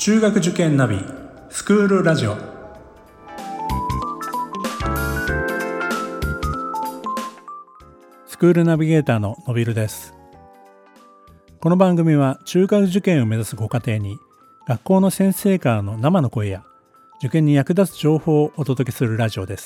中学受験ナビスクールラジオ。スクールナビゲーターののびるです。この番組は中学受験を目指すご家庭に学校の先生からの生の声や受験に役立つ情報をお届けするラジオです。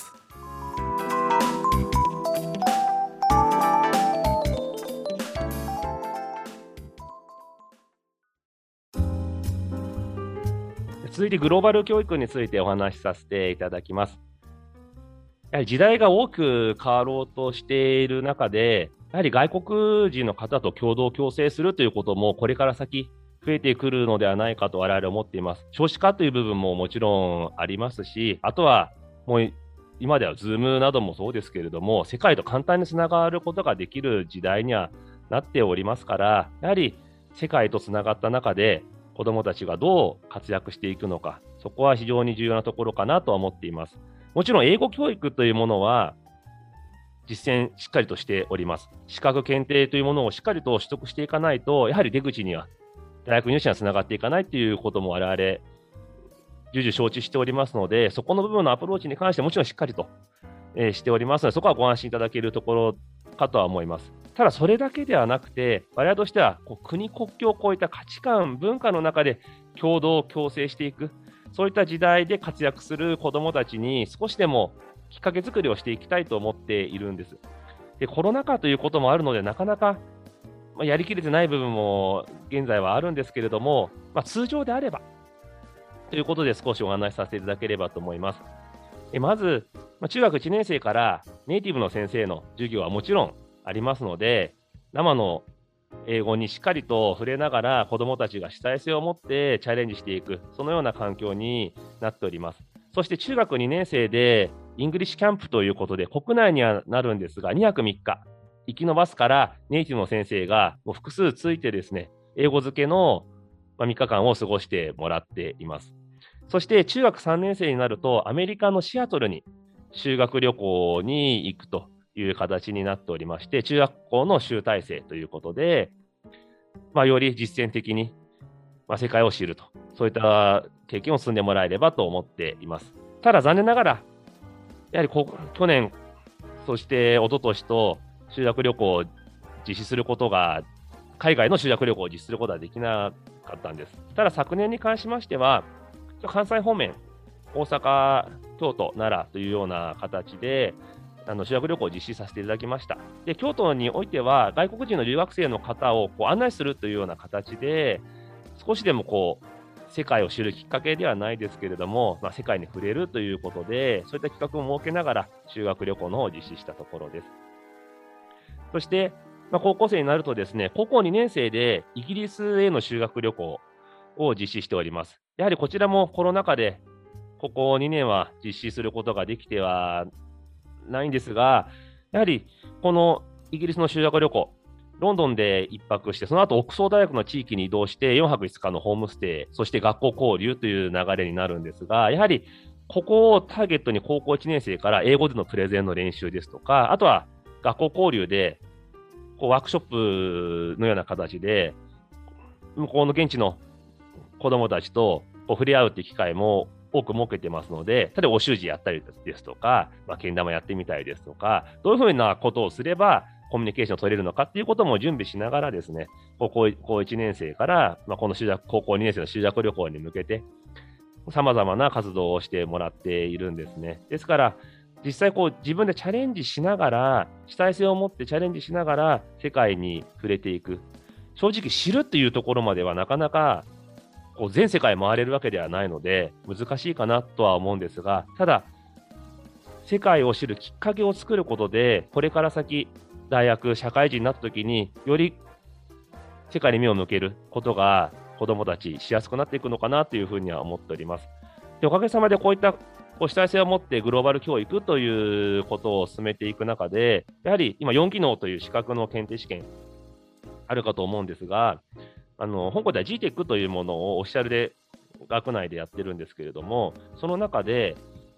続いてグローバル教育についてお話しさせていただきます。やはり時代が大きく変わろうとしている中で、やはり外国人の方と共同共生するということもこれから先増えてくるのではないかと我々は思っています。少子化という部分ももちろんありますし、あとはもう今では Zoom などもそうですけれども、世界と簡単につながることができる時代にはなっておりますから、やはり世界とつながった中で子どもたちがどう活躍していくのか、そこは非常に重要なところかなとは思っています。もちろん英語教育というものは実践しっかりとしております。資格検定というものをしっかりと取得していかないと、やはり出口には大学入試にはつながっていかないということも我々重々承知しておりますので、そこの部分のアプローチに関してもちろんしっかりと、しておりますので、そこはご安心いただけるところかとは思います。ただそれだけではなくて、我々としては国国境を越えた価値観、文化の中で共同共生していく、そういった時代で活躍する子どもたちに少しでもきっかけ作りをしていきたいと思っているんです。で、コロナ禍ということもあるので、なかなかやりきれてない部分も現在はあるんですけれども、通常であればということで少しお話しさせていただければと思います。まず、中学1年生からネイティブの先生の授業はもちろんありますので、生の英語にしっかりと触れながら子どもたちが主体性を持ってチャレンジしていく、そのような環境になっております。そして中学2年生でイングリッシュキャンプということで国内にはなるんですが、2泊3日行き延ばすからネイティブの先生がもう複数ついてですね、英語漬けの3日間を過ごしてもらっています。そして中学3年生になるとアメリカのシアトルに修学旅行に行くという形になっておりまして、中学校の集大成ということで、より実践的に、世界を知ると、そういった経験を積んでもらえればと思っています。ただ残念ながら、やはり去年、そして一昨年と修学旅行を実施することが、海外の修学旅行を実施することはできなかったんです。ただ昨年に関しましては、関西方面、大阪、京都、奈良というような形で、修学旅行を実施させていただきました。で、京都においては、外国人の留学生の方を案内するというような形で、少しでも世界を知るきっかけではないですけれども、世界に触れるということで、そういった企画を設けながら修学旅行の方を実施したところです。そして、高校生になるとですね、高校2年生でイギリスへの修学旅行を実施しております。やはりこちらもコロナ禍で、ここ2年は実施することができてはないんですが、やはりこのイギリスの修学旅行、ロンドンで1泊して、その後オックスフォード大学の地域に移動して4泊5日のホームステイ、そして学校交流という流れになるんですが、やはりここをターゲットに高校1年生から英語でのプレゼンの練習ですとか、あとは学校交流でワークショップのような形で向こうの現地の子どもたちと触れ合うっていう機会も多く設けてますので、例えばお習字やったりですとか、けん玉やってみたりですとか、どういうふうなことをすればコミュニケーションを取れるのかっていうことも準備しながらですね、高校1年生から、この高校2年生の修学旅行に向けて様々な活動をしてもらっているんですね。ですから実際自分でチャレンジしながら、主体性を持ってチャレンジしながら世界に触れていく。正直知るっていうところまではなかなか全世界回れるわけではないので難しいかなとは思うんですが、ただ世界を知るきっかけを作ることで、これから先大学社会人になった時により世界に目を向けることが子どもたちしやすくなっていくのかなというふうには思っております。で、おかげさまでこういった主体性を持ってグローバル教育ということを進めていく中で、やはり今4技能という資格の検定試験あるかと思うんですが、香港では GTEC というものをオフィシャルで学内でやってるんですけれども、その中で、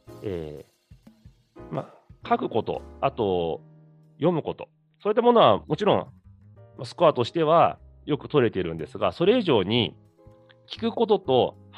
書くこと、あと読むこと、そういったものはもちろんスコアとしてはよく取れているんですが、それ以上に聞くことと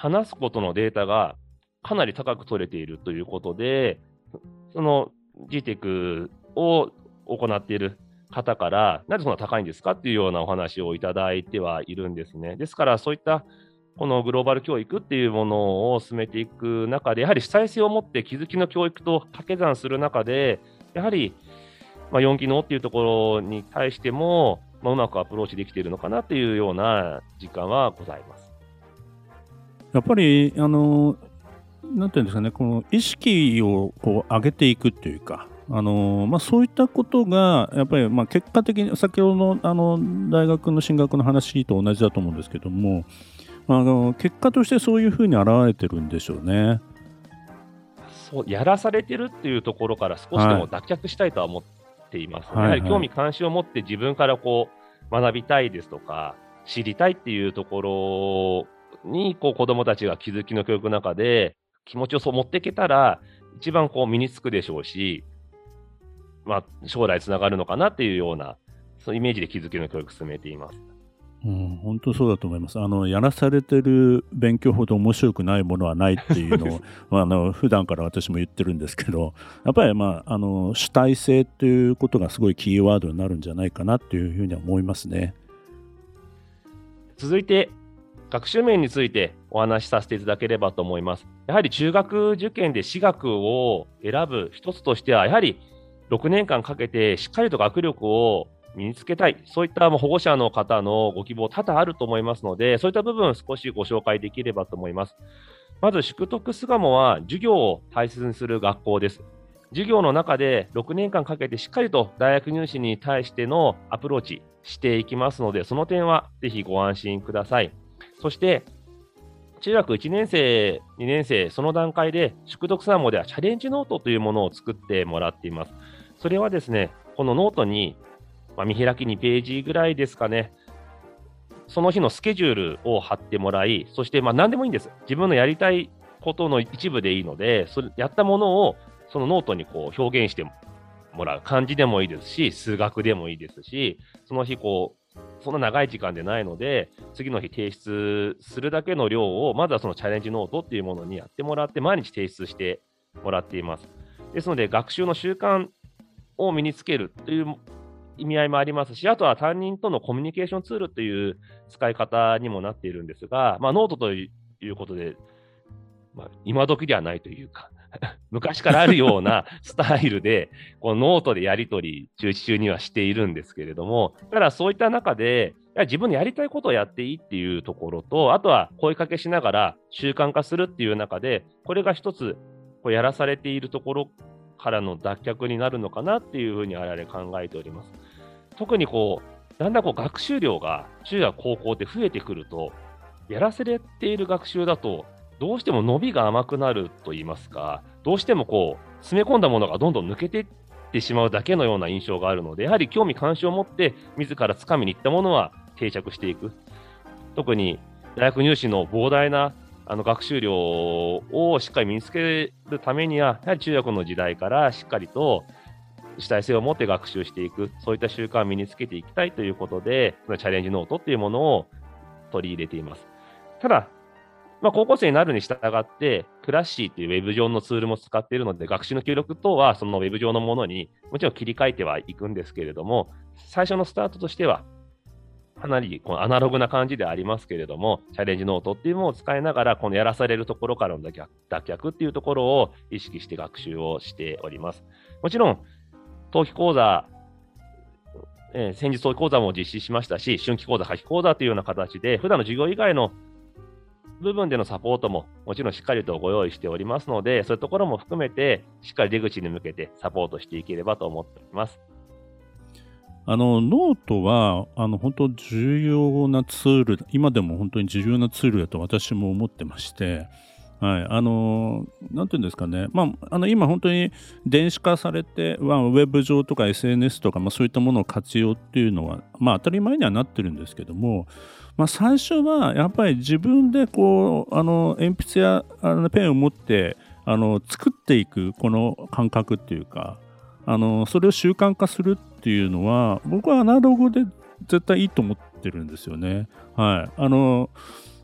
話すことのデータがかなり高く取れているということで、その GTEC を行っている方から、なぜそんな高いんですかっていうようなお話をいただいてはいるんですね。ですから、そういったこのグローバル教育っていうものを進めていく中で、やはり主体性を持って気づきの教育と掛け算する中で、やはり、4機能っていうところに対しても、うまくアプローチできているのかなっていうような実感はございます。 やっぱりなんていうんですかね、この意識をこう上げていくっていうか、そういったことがやっぱり結果的に先ほどの大学の進学の話と同じだと思うんですけども、結果としてそういうふうに現れてるんでしょうね。 そうやらされてるっていうところから少しでも脱却したいとは思っています。やはり興味関心を持って自分からこう学びたいですとか、知りたいっていうところにこう子どもたちが気づきの教育の中で気持ちをそう持っていけたら、一番こう身につくでしょうし、将来つながるのかなっていうような、そういうイメージで気づきの教育を進めています。 本当そうだと思います。やらされてる勉強ほど面白くないものはないっていうのを普段から私も言ってるんですけど、やっぱり主体性っていうことがすごいキーワードになるんじゃないかなっていうふうには思いますね。 続いて学習面についてお話しさせていただければと思います。やはり中学受験で私学を選ぶ一つとしては、やはり6年間かけてしっかりと学力を身につけたい、そういった保護者の方のご希望多々あると思いますので、そういった部分を少しご紹介できればと思います。まず淑徳巣鴨は授業を大切にする学校です。授業の中で6年間かけてしっかりと大学入試に対してのアプローチしていきますので、その点はぜひご安心ください。そして中学1年生、2年生、その段階で淑徳巣鴨ではチャレンジノートというものを作ってもらっています。それはですね、このノートに見開き2ページぐらいですかね、その日のスケジュールを貼ってもらい、そして何でもいいんです。自分のやりたいことの一部でいいので、それやったものをそのノートにこう表現してもらう。漢字でもいいですし、数学でもいいですし、その日そんな長い時間でないので、次の日提出するだけの量を、まずはそのチャレンジノートっていうものにやってもらって、毎日提出してもらっています。ですので、学習の習慣を身につけるという意味合いもありますし、あとは担任とのコミュニケーションツールという使い方にもなっているんですが、ノートということで、今時ではないというか、昔からあるようなスタイルで、このノートでやり取り、中止中にはしているんですけれども、ただそういった中で、自分のやりたいことをやっていいっていうところと、あとは声かけしながら習慣化するっていう中で、これが一つやらされているところからの脱却になるのかなっていうふうに我々考えております。特にだんだん学習量が中学高校って増えてくると、やらせれている学習だと、どうしても伸びが甘くなると言いますか、どうしても詰め込んだものがどんどん抜けていってしまうだけのような印象があるので、やはり興味関心を持って自ら掴みに行ったものは定着していく。特に大学入試の膨大な学習量をしっかり身につけるためには、やはり中学の時代からしっかりと主体性を持って学習していく、そういった習慣を身につけていきたいということで、チャレンジノートっていうものを取り入れています。ただ、高校生になるに従って、クラッシーっていうウェブ上のツールも使っているので、学習の記録等はそのウェブ上のものにもちろん切り替えてはいくんですけれども、最初のスタートとしては、かなりアナログな感じでありますけれども、チャレンジノートっていうものを使いながら、このやらされるところからの脱却っていうところを意識して学習をしております。もちろん、冬季講座、先日冬季講座も実施しましたし、春季講座、夏季講座というような形で、普段の授業以外の部分でのサポートももちろんしっかりとご用意しておりますので、そういうところも含めてしっかり出口に向けてサポートしていければと思っております。 ノートは本当重要なツール、今でも本当に重要なツールだと私も思ってまして、はい、なんていうんですかね、今本当に電子化されて、ウェブ上とか SNS とか、そういったものを活用っていうのは、当たり前にはなってるんですけども、最初はやっぱり自分で鉛筆やペンを持って作っていくこの感覚っていうか、それを習慣化するっていうのは、僕はアナログで絶対いいと思ってるんですよね。はい。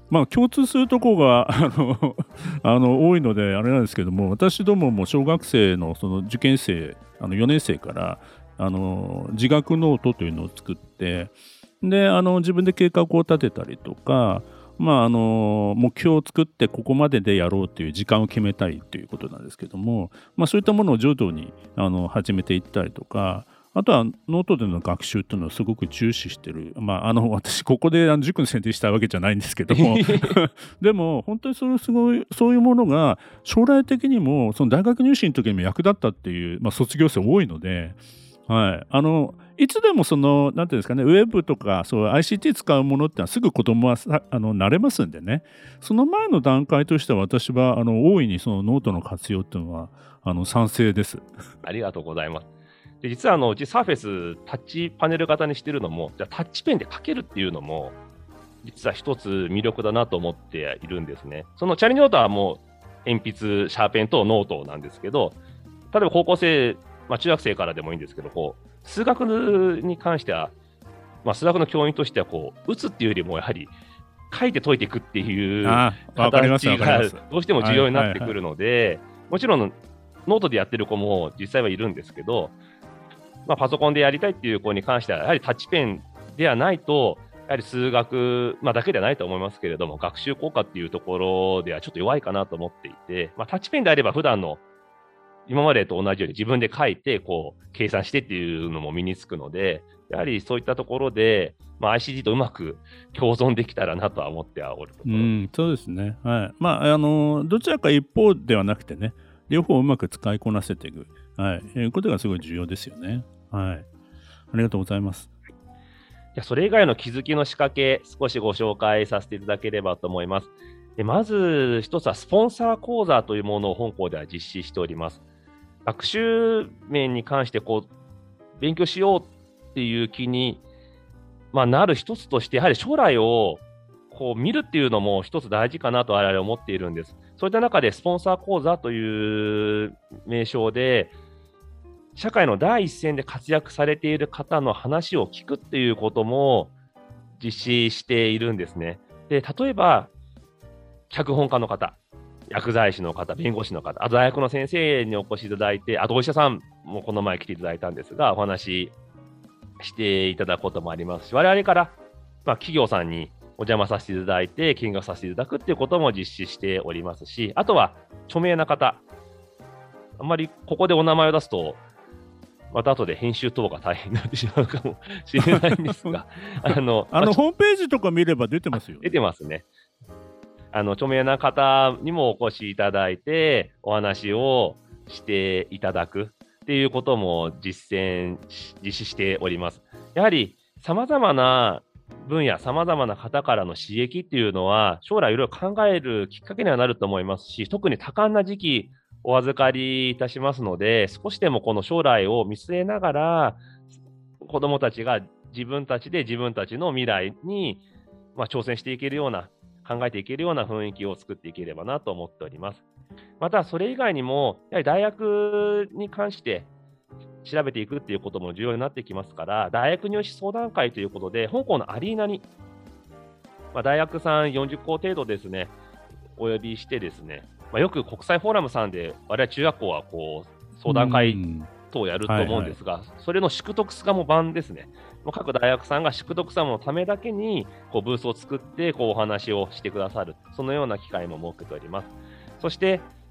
共通するところが多いのであれなんですけども、私どもも小学生のその受験生4年生から自学ノートというのを作って、で自分で計画を立てたりとか、目標を作ってここまででやろうという時間を決めたりということなんですけども、そういったものを徐々に始めていったりとか、あとはノートでの学習というのをすごく重視してる。私ここで塾の宣伝したわけじゃないんですけどもでも本当にそういうものが将来的にもその大学入試の時にも役立ったっていう、卒業生多いので、いつでもなんていうんですかね、ウェブとかそう ICT 使うものってのはすぐ子供は慣れますんでね、その前の段階としては私は大いにそのノートの活用っていうのは賛成です。 ありがとうございます。で実はうちサーフェスタッチパネル型にしてるのも、じゃあタッチペンで書けるっていうのも実は一つ魅力だなと思っているんですね。そのチャレンジノートはもう鉛筆、シャーペンとノートなんですけど、例えば高校生、中学生からでもいいんですけど、数学に関しては、数学の教員としては打つっていうよりもやはり書いて解いていくっていう形がどうしても重要になってくるので、もちろんノートでやってる子も実際はいるんですけど、パソコンでやりたいっていう子に関してはやはりタッチペンではないと、やはり数学、だけではないと思いますけれども、学習効果っていうところではちょっと弱いかなと思っていて、タッチペンであれば普段の今までと同じように自分で書いて計算してっていうのも身につくので、やはりそういったところで、ICT とうまく共存できたらなとは思っておるところ。 そうですね。どちらか一方ではなくてね、両方うまく使いこなせていく、いうことがすごい重要ですよね。ありがとうございます。 それ以外の気づきの仕掛け、少しご紹介させていただければと思います。まず一つはスポンサー講座というものを本校では実施しております。学習面に関して勉強しようっていう気に、なる一つとして、やはり将来を見るっていうのも一つ大事かなと我々は思っているんです。そういった中でスポンサー講座という名称で、社会の第一線で活躍されている方の話を聞くっていうことも実施しているんですね。で、例えば、脚本家の方、薬剤師の方、弁護士の方、あと大学の先生にお越しいただいて、あとお医者さんもこの前来ていただいたんですが、お話していただくこともありますし、我々から、企業さんにお邪魔させていただいて、見学させていただくっていうことも実施しておりますし、あとは著名な方、あんまりここでお名前を出すと、また後で編集等が大変になってしまうかもしれないんですが、 ホームページとか見れば出てますよ。 出てますね。著名な方にもお越しいただいて、お話をしていただくっていうことも実施しております。やはり様々な分野、様々な方からの刺激っていうのは、将来いろいろ考えるきっかけにはなると思いますし、特に多感な時期、お預かりいたしますので、少しでもこの将来を見据えながら、子どもたちが自分たちで自分たちの未来に、挑戦していけるような、考えていけるような雰囲気を作っていければなと思っております。また、それ以外にも、やはり大学に関して調べていくっていうことも重要になってきますから、大学入試相談会ということで、本校のアリーナに、大学さん40校程度ですね、お呼びしてですね、よく国際フォーラムさんで、我々中学校は相談会等をやると思うんですが、それの宿徳スカモ版ですね。各大学さんが宿徳スカモのためだけにブースを作ってお話をしてくださる、そのような機会も設けております。そして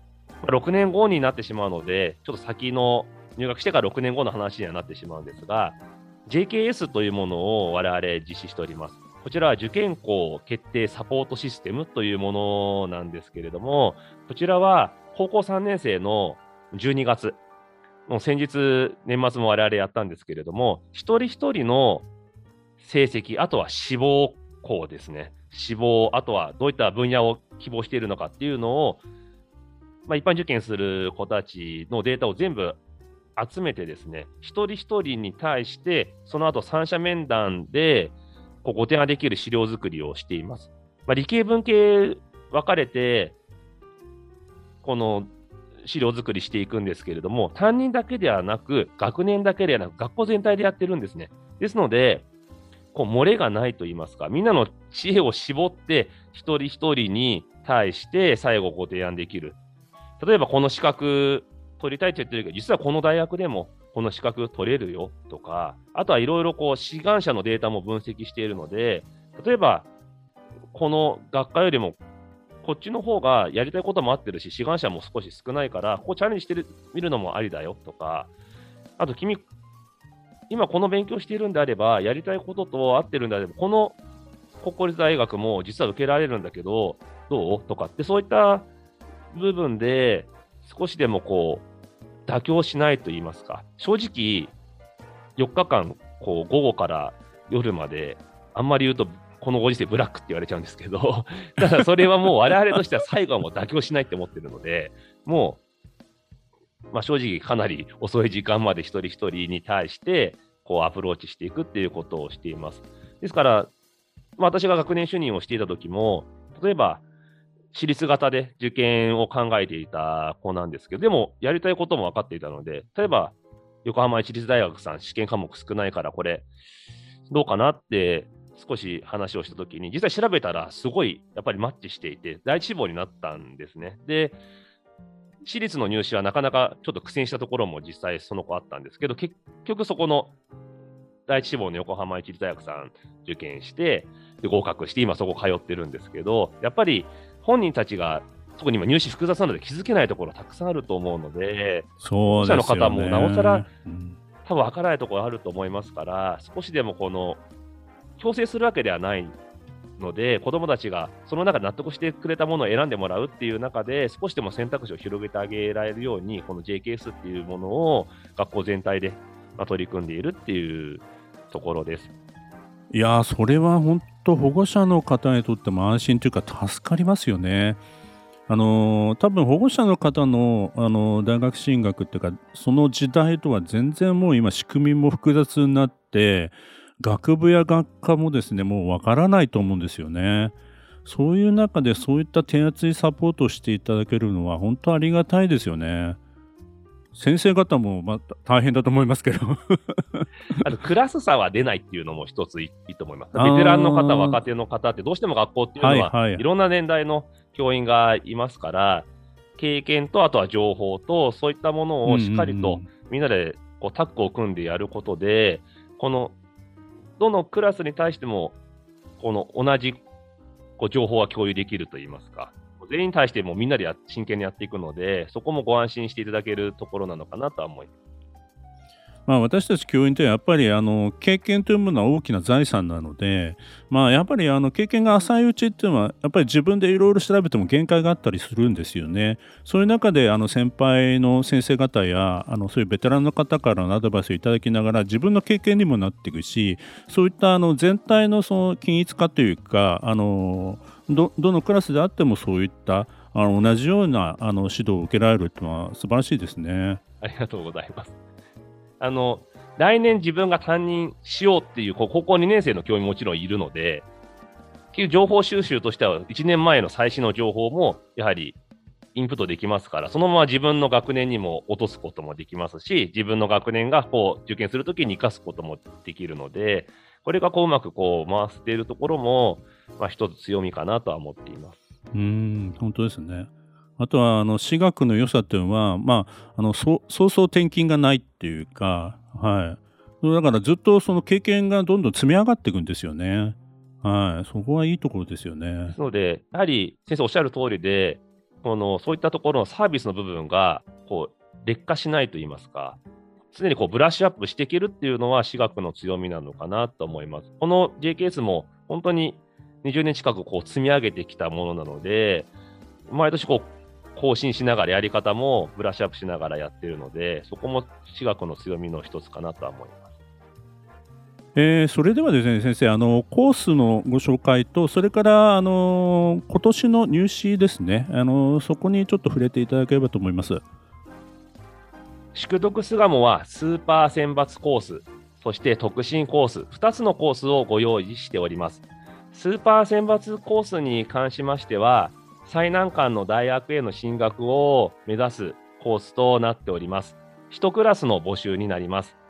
、6年後になってしまうので、ちょっと先の入学してから6年後の話にはなってしまうんですが、JKS というものを我々実施しております。こちらは受験校決定サポートシステムというものなんですけれども、こちらは高校3年生の12月、もう先日年末も我々やったんですけれども、一人一人の成績、あとは志望校ですね。志望、あとはどういった分野を希望しているのかっていうのを、一般受験する子たちのデータを全部集めてですね、一人一人に対して、その後三者面談でご提案できる資料作りをしています。理系文系分かれて、この資料作りしていくんですけれども、担任だけではなく、学年だけではなく、学校全体でやってるんですね。ですので、 こう漏れがないと言いますか、みんなの知恵を絞って一人一人に対して最後ご提案できる。例えばこの資格取りたいって言ってるけど、実はこの大学でもこの資格取れるよとか、あとはいろいろこう志願者のデータも分析しているので、例えばこの学科よりもこっちの方がやりたいことも合ってるし、志願者も少し少ないから、ここチャレンジしてみるのもありだよとか、あと君、今この勉強しているんであれば、やりたいことと合ってるんであれば、この国立大学も実は受けられるんだけど、どうとかって、そういった部分で少しでもこう妥協しないと言いますか、正直、4日間こう午後から夜まで、あんまり言うと、このご時世ブラックって言われちゃうんですけど、ただそれはもう我々としては最後はもう妥協しないって思ってるので、もう、正直かなり遅い時間まで一人一人に対してこうアプローチしていくっていうことをしています。ですから、私が学年主任をしていた時も、例えば私立型で受験を考えていた子なんですけど、でもやりたいことも分かっていたので、例えば横浜市立大学さん試験科目少ないからこれどうかなって少し話をしたときに、実際調べたらすごいやっぱりマッチしていて、第一志望になったんですね。で、私立の入試はなかなかちょっと苦戦したところも実際その子あったんですけど、結局そこの第一志望の横浜市立大学さん受験して、で合格して、今そこ通ってるんですけど、やっぱり本人たちが、特に今入試複雑なので気づけないところたくさんあると思うので、 そうですよね。 保護者の方もなおさら多分分からないところあると思いますから、少しでもこの強制するわけではないので、子どもたちがその中で納得してくれたものを選んでもらうっていう中で、少しでも選択肢を広げてあげられるように、この JKS っていうものを学校全体で取り組んでいるっていうところです。 いやー、それは本当保護者の方にとっても安心というか助かりますよね。多分保護者の方の、大学進学っていうか、その時代とは全然もう今仕組みも複雑になって、学部や学科もですね、もうわからないと思うんですよね。そういう中でそういった手厚いサポートをしていただけるのは本当ありがたいですよね。先生方も大変だと思いますけど。 あとクラス差は出ないっていうのも一ついいと思います。ベテランの方、若手の方ってどうしても学校っていうのはいろんな年代の教員がいますから、経験とあとは情報とそういったものをしっかりとみんなでこうタッグを組んでやることで、このどのクラスに対してもこの同じこう情報は共有できるといいますか、全員に対してもみんなで真剣にやっていくので、そこもご安心していただけるところなのかなとは思います。 私たち教員ってやっぱり経験というものは大きな財産なので、やっぱり経験が浅いうちっていうのはやっぱり自分でいろいろ調べても限界があったりするんですよね。そういう中で先輩の先生方やそういうベテランの方からのアドバイスをいただきながら自分の経験にもなっていくし、そういった全体のその均一化というかどのクラスであってもそういった同じような指導を受けられるというのは素晴らしいですね。 ありがとうございます。来年自分が担任しようっていう高校2年生の教員ももちろんいるので、情報収集としては1年前の最新の情報もやはりインプットできますから、そのまま自分の学年にも落とすこともできますし、自分の学年がこう受験するときに生かすこともできるので、これがこううまくこう回しているところも、一つ強みかなとは思っています。 本当ですね。あとは私学の良さっていうのは、そうそう転勤がないっていうか、だからずっとその経験がどんどん積み上がっていくんですよね。そこはいいところですよね。 ですので、やはり先生おっしゃる通りで、そういったところのサービスの部分がこう劣化しないといいますか、常にこうブラッシュアップしていけるっていうのは私学の強みなのかなと思います。この JKS も本当に20年近くこう積み上げてきたものなので、毎年こう更新しながらやり方もブラッシュアップしながらやってるので、そこも私学の強みの一つかなとは思います。 それではですね、先生、コースのご紹介と、それから今年の入試ですね、そこにちょっと触れていただければと思います。 宿読巣鴨はスーパー選抜コース、そして特進コース、2つのコースをご用意しております。スーパー選抜コースに関しましては、最難関の大学への進学を目指すコースとなっております。1クラスの募集になります。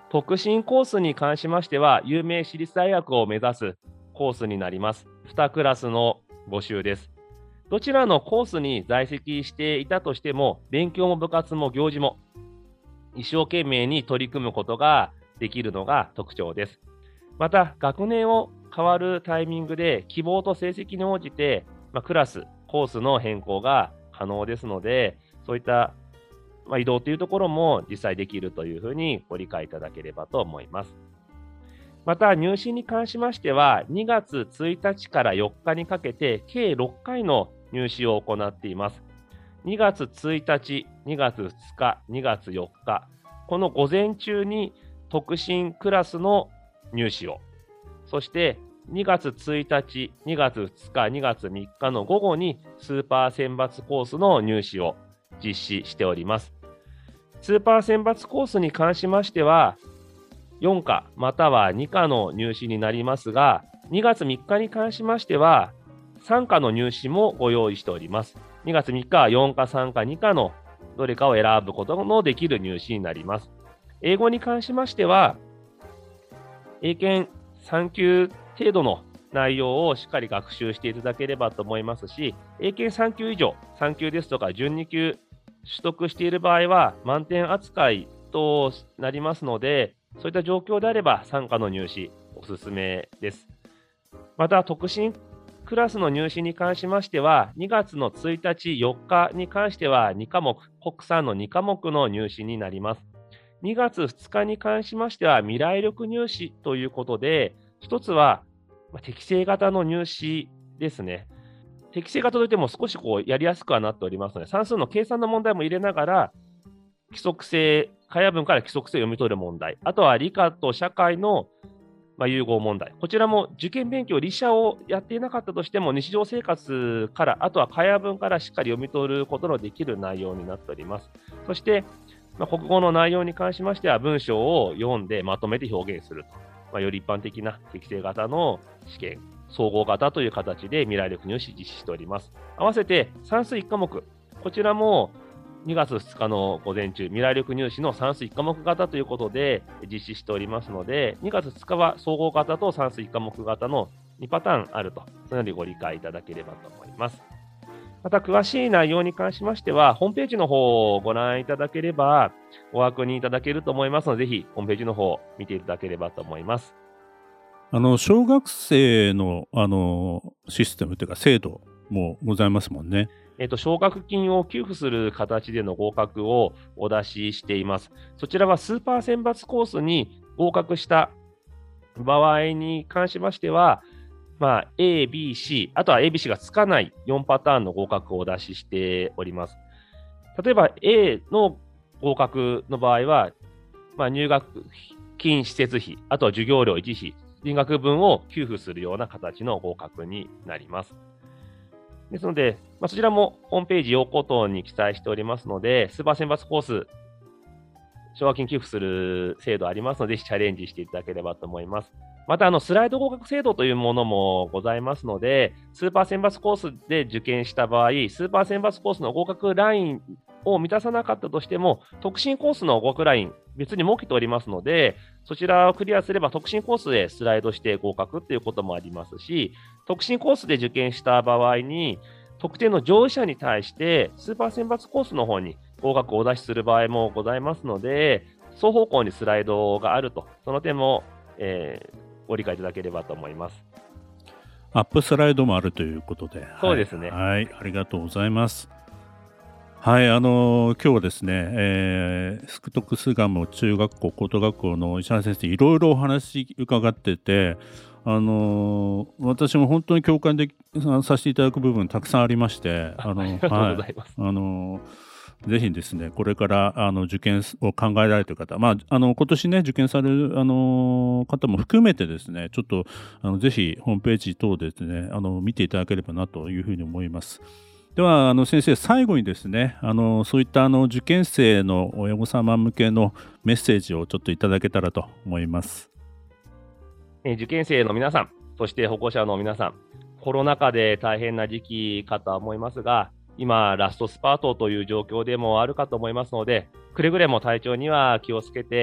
特進コースに関しましては、有名私立大学を目指すコースになります。2クラスの募集です。どちらのコースに在籍していたとしても、勉強も部活も行事も一生懸命に取り組むことができるのが特徴です。また、学年を変わるタイミングで希望と成績に応じて、クラス、コースの変更が可能ですので、そういった移動というところも実際できるというふうにご理解いただければと思います。また、入試に関しましては、2月1日から4日にかけて計6回の入試を行っています。2月1日、2月2日、2月4日、この午前中に特進クラスの入試を、そして2月1日、2月2日、2月3日の午後にスーパー選抜コースの入試を実施しております。スーパー選抜コースに関しましては、4科または2科の入試になりますが、2月3日に関しましては、3科の入試もご用意しております。2月3日は4科、3科、2科のどれかを選ぶことのできる入試になります。英語に関しましては、英検3級程度の内容をしっかり学習していただければと思いますし、英検3級以上、3級ですとか準2級取得している場合は満点扱いとなりますので、そういった状況であれば3科の入試おすすめです。また、特進クラスの入試に関しましては、2月の1日、4日に関しては2科目、国産の2科目の入試になります。2月2日に関しましては未来力入試ということで、一つは適正型の入試ですね。適正型といっても少しやりやすくはなっておりますので、算数の計算の問題も入れながら、規則性、会話文から規則性を読み取る問題、あとは理科と社会の融合問題。こちらも受験勉強、理社をやっていなかったとしても、日常生活から、あとは会話文からしっかり読み取ることのできる内容になっております。そして、国語の内容に関しましては、文章を読んでまとめて表現すると。より一般的な適正型の試験、総合型という形で未来力入試実施しております。合わせて算数1科目、こちらも2月2日の午前中、未来力入試の算数1科目型ということで実施しておりますので、2月2日は総合型と算数1科目型の2パターンあると、そのようにご理解いただければと思います。また、詳しい内容に関しましては、ホームページの方をご覧いただければ、ご確認いただけると思いますので、ぜひホームページの方を見ていただければと思います。 小学生の、システムというか制度もございますもんね。 奨学金を給付する形での合格をお出ししています。そちらはスーパー選抜コースに合格した場合に関しましては、A、B、C、あとは A、B、C がつかない4パターンの合格をお出ししております。例えば A の合格の場合は、入学金施設費、あとは授業料維持費、金額分を給付するような形の合格になります。ですので、そちらもホームページ要項等に記載しておりますので、スーパー選抜コース、奨学金給付する制度ありますので、ぜひチャレンジしていただければと思います。また、スライド合格制度というものもございますので、スーパー選抜コースで受験した場合、スーパー選抜コースの合格ラインを満たさなかったとしても、特進コースの合格ライン、別に設けておりますので、そちらをクリアすれば特進コースでスライドして合格ということもありますし、特進コースで受験した場合に、特定の上位者に対して、スーパー選抜コースの方に合格をお出しする場合もございますので、双方向にスライドがあると、その点も、ご理解いただければと思います。 アップスライドもあるということで。 そうですね。 はい、ありがとうございます。はい、今日はですね、福徳巣鴨中学校高等学校の石原先生、いろいろお話伺ってて、私も本当に共感させていただく部分たくさんありまして、 ありがとうございます。 ぜひですね、これから受験を考えられている方、今年ね、受験される方も含めてですね、ちょっとぜひホームページ等でですね、見ていただければなというふうに思います。では先生、最後にですね、そういった受験生の親御様向けのメッセージをちょっといただけたらと思います。 受験生の皆さん、そして保護者の皆さん、コロナ禍で大変な時期かとは思いますが、今、ラストスパートという状況でもあるかと思いますので、くれぐれも体調には気をつけて、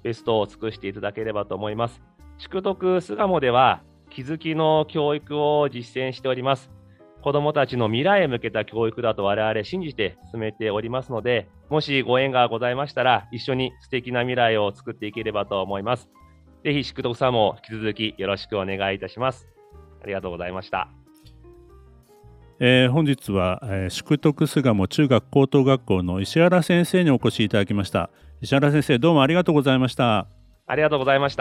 ベストを尽くしていただければと思います。淑徳巣鴨では気づきの教育を実践しております。子どもたちの未来へ向けた教育だと我々信じて進めておりますので、もしご縁がございましたら一緒に素敵な未来を作っていければと思います。ぜひ淑徳さんも引き続きよろしくお願いいたします。ありがとうございました。 本日は、淑徳巣鴨中学高等学校の石原先生にお越しいただきました。石原先生、どうもありがとうございました。 ありがとうございました。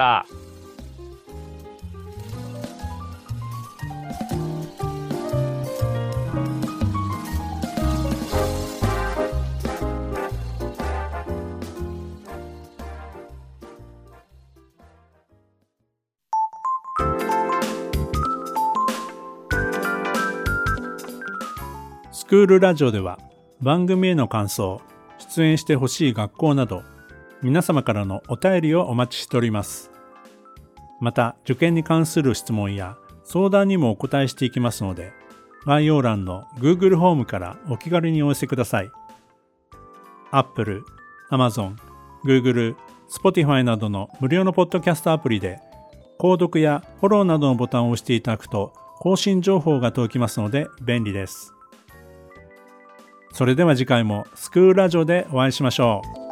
スクールラジオでは番組への感想、出演してほしい学校など皆様からのお便りをお待ちしております。また受験に関する質問や相談にもお答えしていきますので、概要欄の Google フォームからお気軽にお寄せください。Apple、Amazon、Google、Spotify などの無料のポッドキャストアプリで購読やフォローなどのボタンを押していただくと更新情報が届きますので便利です。それでは次回もスクールラジオでお会いしましょう。